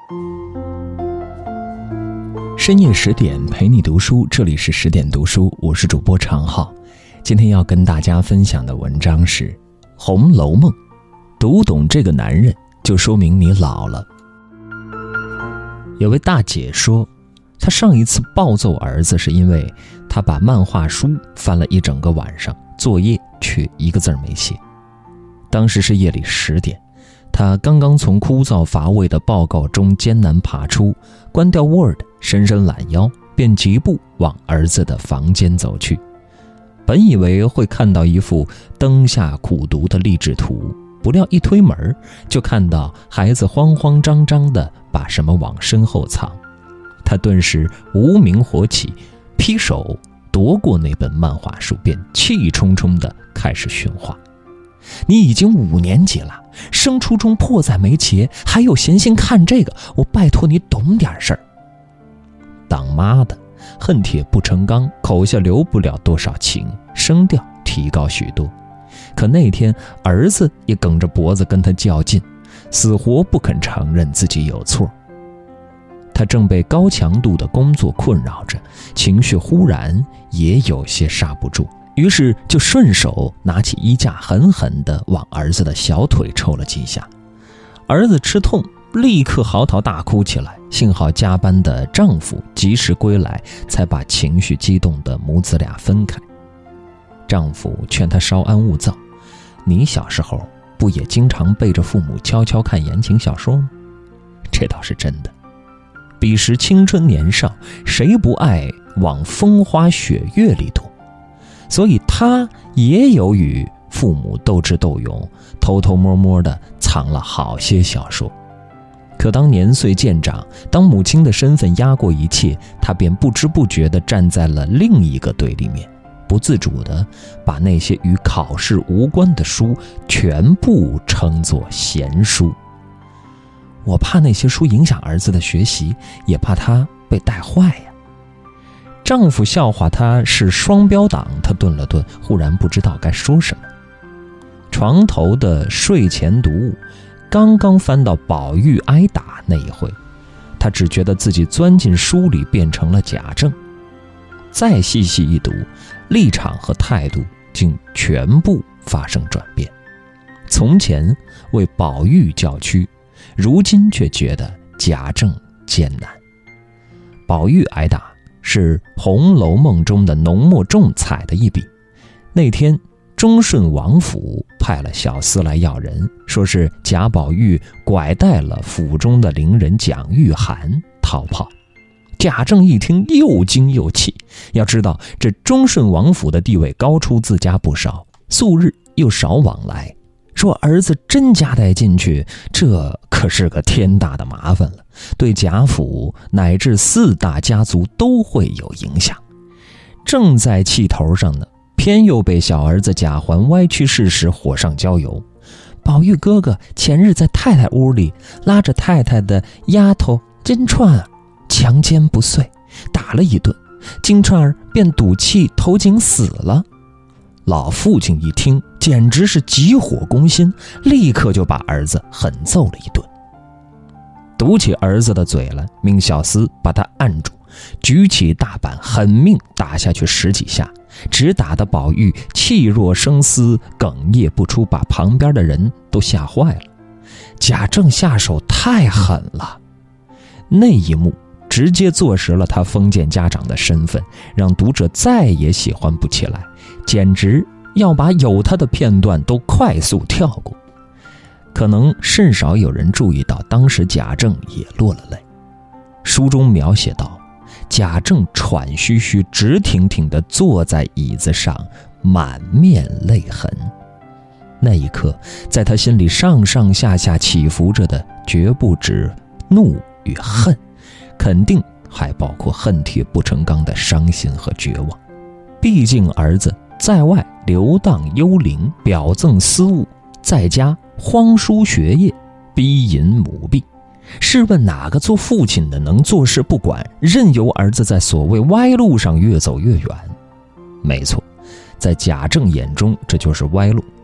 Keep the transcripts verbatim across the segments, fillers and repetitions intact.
深夜十点陪你读书，这里是十点读书，我是主播常浩。今天要跟大家分享的文章是《红楼梦》，读懂这个男人，就说明你老了。有位大姐说，她上一次暴揍儿子是因为他把漫画书翻了一整个晚上，作业却一个字没写。当时是夜里十点，他刚刚从枯燥乏味的报告中艰难爬出，关掉 Word， 伸伸懒腰，便疾步往儿子的房间走去。本以为会看到一幅灯下苦读的励志图，不料一推门，就看到孩子慌慌张张地把什么往身后藏。他顿时无名火起，劈手夺过那本漫画书，便气冲冲地开始训话：你已经五年级了，升初中迫在眉睫，还有闲心看这个？我拜托你懂点事儿。当妈的恨铁不成钢，口下留不了多少情，声调提高许多。可那天儿子也梗着脖子跟他较劲，死活不肯承认自己有错。他正被高强度的工作困扰着，情绪忽然也有些刹不住，于是就顺手拿起衣架，狠狠地往儿子的小腿抽了几下。儿子吃痛，立刻嚎啕大哭起来。幸好加班的丈夫及时归来，才把情绪激动的母子俩分开。丈夫劝她稍安勿躁，你小时候不也经常背着父母悄悄看言情小说吗？这倒是真的。彼时青春年少，谁不爱往风花雪月里躲？所以他也有与父母斗智斗勇，偷偷摸摸地藏了好些小说。可当年岁渐长，当母亲的身份压过一切，他便不知不觉地站在了另一个对立面，不自主地把那些与考试无关的书全部称作闲书。我怕那些书影响儿子的学习，也怕他被带坏呀。丈夫笑话他是双标党，他顿了顿，忽然不知道该说什么。床头的睡前读物刚刚翻到宝玉挨打那一回，他只觉得自己钻进书里变成了贾政。再细细一读，立场和态度竟全部发生转变。从前为宝玉叫屈，如今却觉得贾政艰难。宝玉挨打是《红楼梦》中的浓墨重彩的一笔。那天忠顺王府派了小厮来要人，说是贾宝玉拐带了府中的伶人蒋玉菡逃跑。贾政一听又惊又气，要知道这忠顺王府的地位高出自家不少，素日又少往来，说儿子真夹带进去，这可是个天大的麻烦了，对贾府乃至四大家族都会有影响。正在气头上呢，偏又被小儿子贾环歪曲事实，火上浇油。宝玉哥哥前日在太太屋里拉着太太的丫头金钏儿，强奸不遂，打了一顿，金钏儿便赌气投井死了。老父亲一听，简直是急火攻心，立刻就把儿子狠揍了一顿。堵起儿子的嘴来，命小厮把他按住，举起大板狠命打下去十几下，只打得宝玉气若生丝，哽咽不出，把旁边的人都吓坏了。贾政下手太狠了，那一幕直接坐实了他封建家长的身份，让读者再也喜欢不起来，简直要把有他的片段都快速跳过。可能甚少有人注意到，当时贾政也落了泪。书中描写到，贾政喘吁吁直挺挺地坐在椅子上，满面泪痕。那一刻，在他心里上上下下起伏着的绝不止怒与恨，肯定还包括恨铁不成钢的伤心和绝望。毕竟儿子在外流荡幽灵，表赠私物，在家荒疏学业，逼淫母婢。试问哪个做父亲的能坐视不管，任由儿子在所谓歪路上越走越远？没错，在贾政眼中这就是歪路，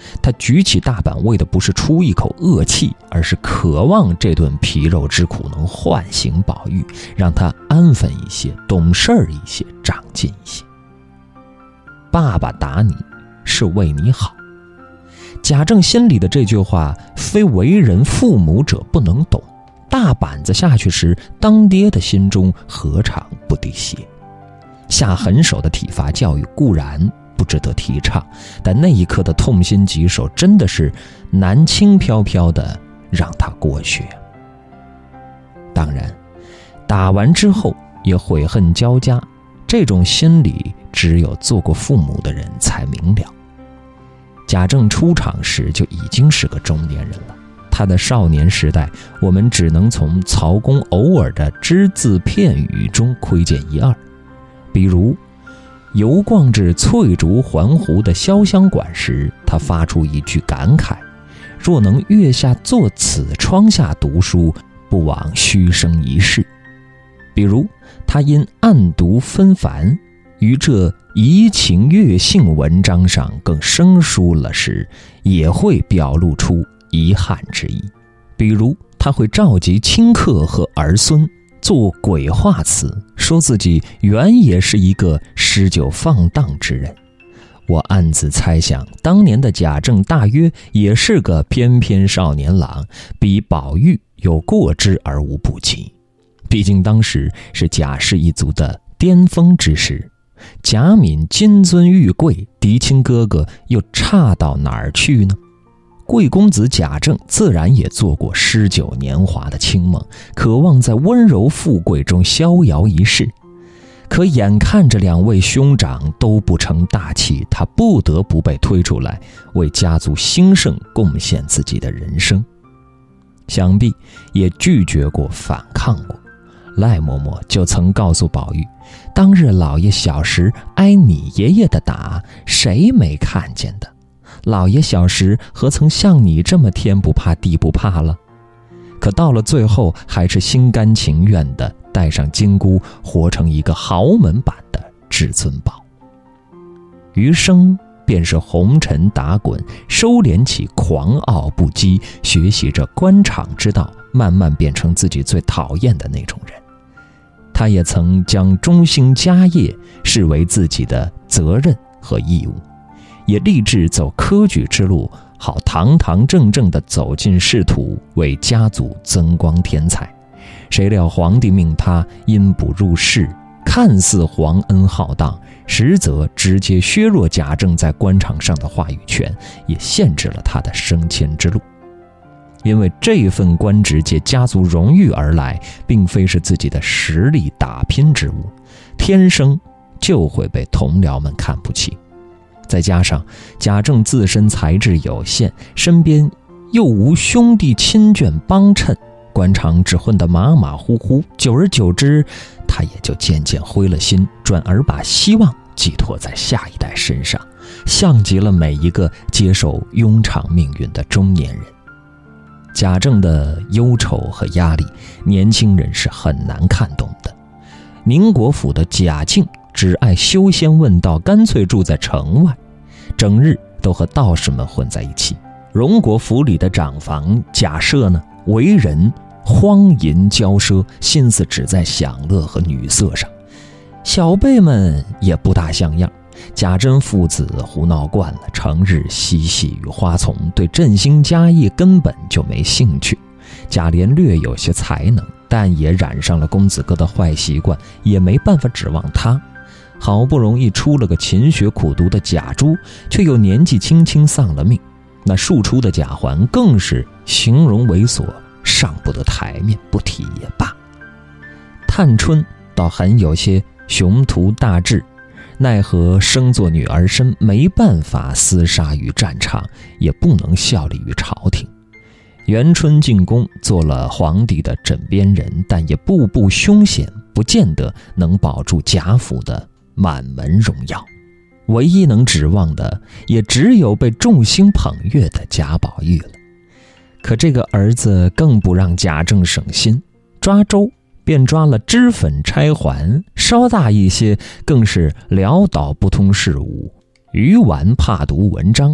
他举起大板为的不是出一口恶气，而是渴望这顿皮肉之苦能唤醒宝玉，让他安分一些，懂事儿一些，长进一些。爸爸打你是为你好。贾政心里的这句话，非为人父母者不能懂。大板子下去时，当爹的心中何尝不滴血？下狠手的体罚教育固然不值得提倡，但那一刻的痛心疾首，真的是难轻飘飘的让他过去。当然，打完之后也悔恨交加，这种心理只有做过父母的人才明了。贾政出场时就已经是个中年人了，他的少年时代，我们只能从曹公偶尔的只字片语中窥见一二。比如游逛至翠竹环湖的潇湘馆时，他发出一句感慨：若能月下坐此窗下读书，不枉虚生一世。比如他因暗读纷繁，于这怡情悦性文章上更生疏了时，也会表露出遗憾之意。比如他会召集亲客和儿孙做鬼话词，说自己原也是一个诗酒放荡之人。我暗自猜想，当年的贾政大约也是个翩翩少年郎，比宝玉有过之而无不及。毕竟当时是贾氏一族的巅峰之时，贾敏金尊玉贵，嫡亲哥哥又差到哪儿去呢？贵公子贾政自然也做过诗酒年华的清梦，渴望在温柔富贵中逍遥一世。可眼看着两位兄长都不成大器，他不得不被推出来为家族兴盛贡献自己的人生。想必也拒绝过，反抗过。赖嬷嬷就曾告诉宝玉，当日老爷小时挨你爷爷的打，谁没看见的？老爷小时何曾像你这么天不怕地不怕了？可到了最后，还是心甘情愿地带上金箍，活成一个豪门版的至尊宝。余生便是红尘打滚，收敛起狂傲不羁，学习着官场之道，慢慢变成自己最讨厌的那种人。他也曾将中兴家业视为自己的责任和义务，也立志走科举之路，好堂堂正正地走进仕途，为家族增光添彩。谁料皇帝命他因补入仕，看似皇恩浩荡，实则直接削弱贾政在官场上的话语权，也限制了他的升迁之路。因为这份官职借家族荣誉而来，并非是自己的实力打拼之物，天生就会被同僚们看不起。再加上贾政自身才智有限，身边又无兄弟亲眷帮衬，官场只混得马马虎虎，久而久之，他也就渐渐灰了心，转而把希望寄托在下一代身上，像极了每一个接受庸常命运的中年人。贾政的忧愁和压力，年轻人是很难看懂的。宁国府的贾敬只爱修仙问道，干脆住在城外，整日都和道士们混在一起。荣国府里的长房贾赦呢，为人荒淫骄奢，心思只在享乐和女色上。小辈们也不大像样，贾珍父子胡闹惯了，成日嬉戏于花丛，对振兴家业根本就没兴趣。贾琏略有些才能，但也染上了公子哥的坏习惯，也没办法指望他。好不容易出了个勤学苦读的贾珠，却又年纪轻轻丧了命。那庶出的贾环更是形容猥琐，上不得台面，不提也罢。探春倒很有些雄图大志，奈何生作女儿身，没办法厮杀于战场，也不能效力于朝廷。元春进宫做了皇帝的枕边人，但也步步凶险，不见得能保住贾府的满门荣耀。唯一能指望的，也只有被众星捧月的贾宝玉了。可这个儿子更不让贾政省心，抓周便抓了脂粉钗环，稍大一些更是潦倒不通事务，愚顽怕读文章。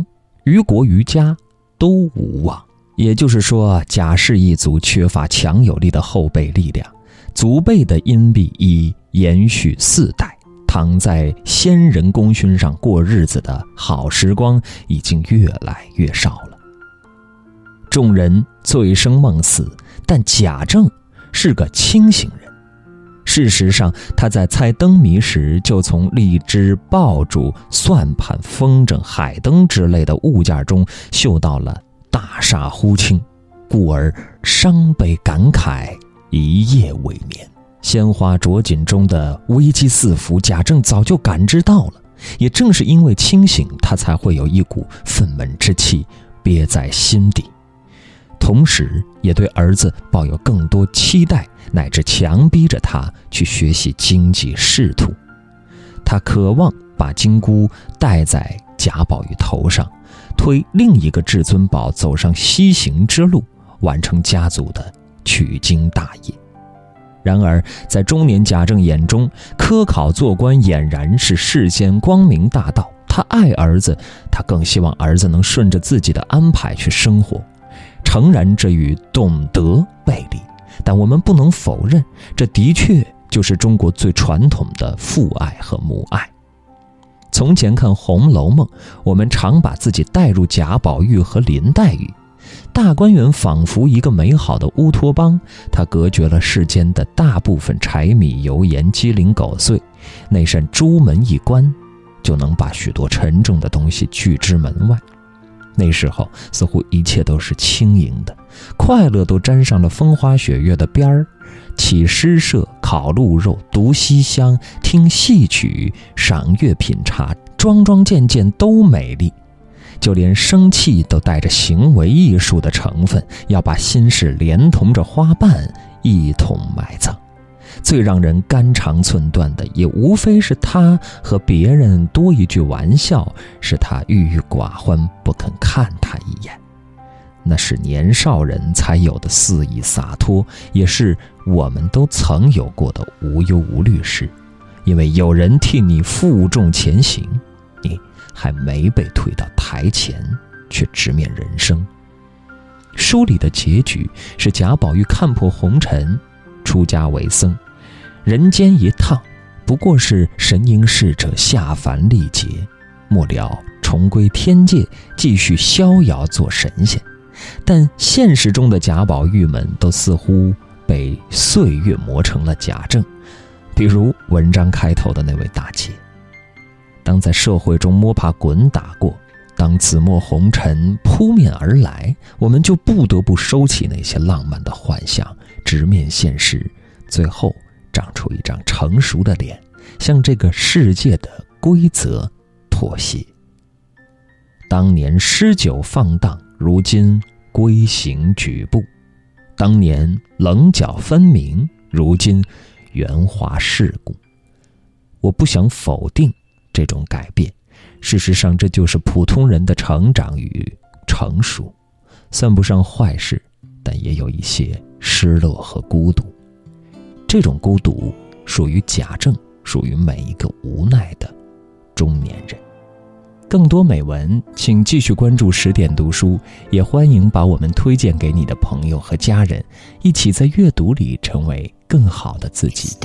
于国于家都无望。也就是说，贾氏一族缺乏强有力的后备力量，祖辈的荫庇已延续四代，躺在先人功勋上过日子的好时光已经越来越少了。众人醉生梦死，但贾政是个清醒人。事实上，他在猜灯谜时就从荔枝、爆竹、算盘、风筝、海灯之类的物件中嗅到了大厦忽倾，故而伤悲感慨，一夜未眠。鲜花着锦中的危机四伏，贾政早就感知到了，也正是因为清醒，他才会有一股愤懑之气憋在心底，同时也对儿子抱有更多期待，乃至强逼着他去学习经济仕途。他渴望把金箍戴在贾宝玉头上，推另一个至尊宝走上西行之路，完成家族的取经大业。然而在中年贾政眼中，科考做官俨然是世间光明大道。他爱儿子，他更希望儿子能顺着自己的安排去生活。诚然这与懂得背离，但我们不能否认，这的确就是中国最传统的父爱和母爱。从前看《红楼梦》，我们常把自己带入贾宝玉和林黛玉。大观园仿佛一个美好的乌托邦，它隔绝了世间的大部分柴米油盐鸡零狗碎，那扇朱门一关，就能把许多沉重的东西拒之门外。那时候似乎一切都是轻盈的，快乐都沾上了风花雪月的边儿，起诗社，烤鹿肉，读西厢，听戏曲，赏月品茶，桩桩件件都美丽。就连生气都带着行为艺术的成分，要把心事连同着花瓣一同埋葬。最让人肝肠寸断的，也无非是他和别人多一句玩笑，使他郁郁寡欢，不肯看他一眼。那是年少人才有的肆意洒脱，也是我们都曾有过的无忧无虑时，因为有人替你负重前行，你还没被推到台前，却直面人生。书里的结局是贾宝玉看破红尘，出家为僧，人间一趟不过是神瑛侍者下凡历劫，末了重归天界，继续逍遥做神仙。但现实中的贾宝玉们都似乎被岁月磨成了贾政，比如文章开头的那位大姐。当在社会中摸爬滚打过，当紫陌红尘扑面而来，我们就不得不收起那些浪漫的幻想，直面现实，最后长出一张成熟的脸，向这个世界的规则妥协。当年诗酒放荡，如今规行矩步；当年棱角分明，如今圆滑世故。我不想否定这种改变，事实上这就是普通人的成长与成熟，算不上坏事，但也有一些失落和孤独。这种孤独属于贾政，属于每一个无奈的中年人。更多美文请继续关注十点读书，也欢迎把我们推荐给你的朋友和家人，一起在阅读里成为更好的自己。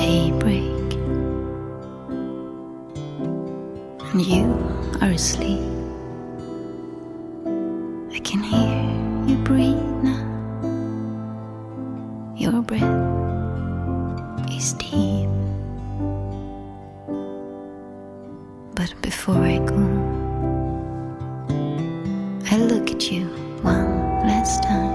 And you are asleep. I can hear you breathe now. Your breath is deep. But before I go, I look at you one last time.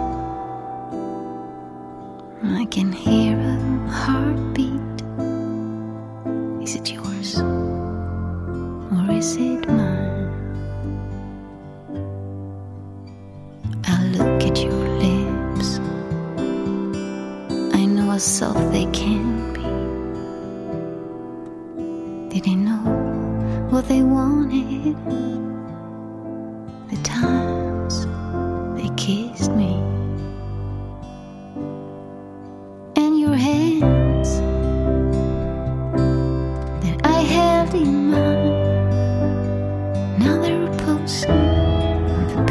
I can hear a heartbeat. Is it yours? Or is it mine? I look at your lips. I know how soft they can be. Did they know what they wanted? The times they kissed me. And your hands that I held in mine, now they're reposing on the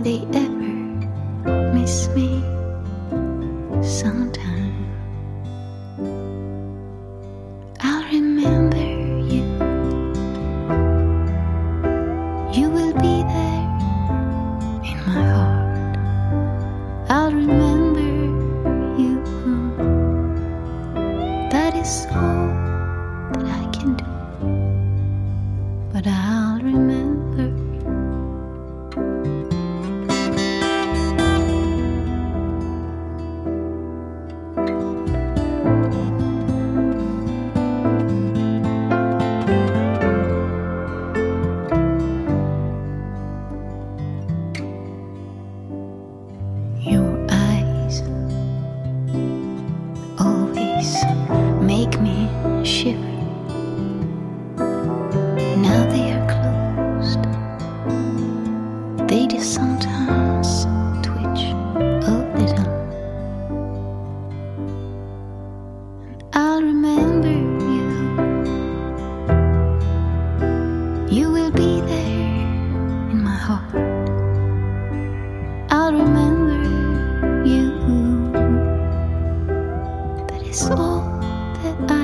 they ever miss me sometime. I'll remember you. You will be there in my heart. I'll remember you. That is all that I can do. But I'll remember. Your eyes always make me shiver. Now they are closed. They do sometimes twitch a little. I'll remember you. You will be there in my heart. I'll remember you. That is all that I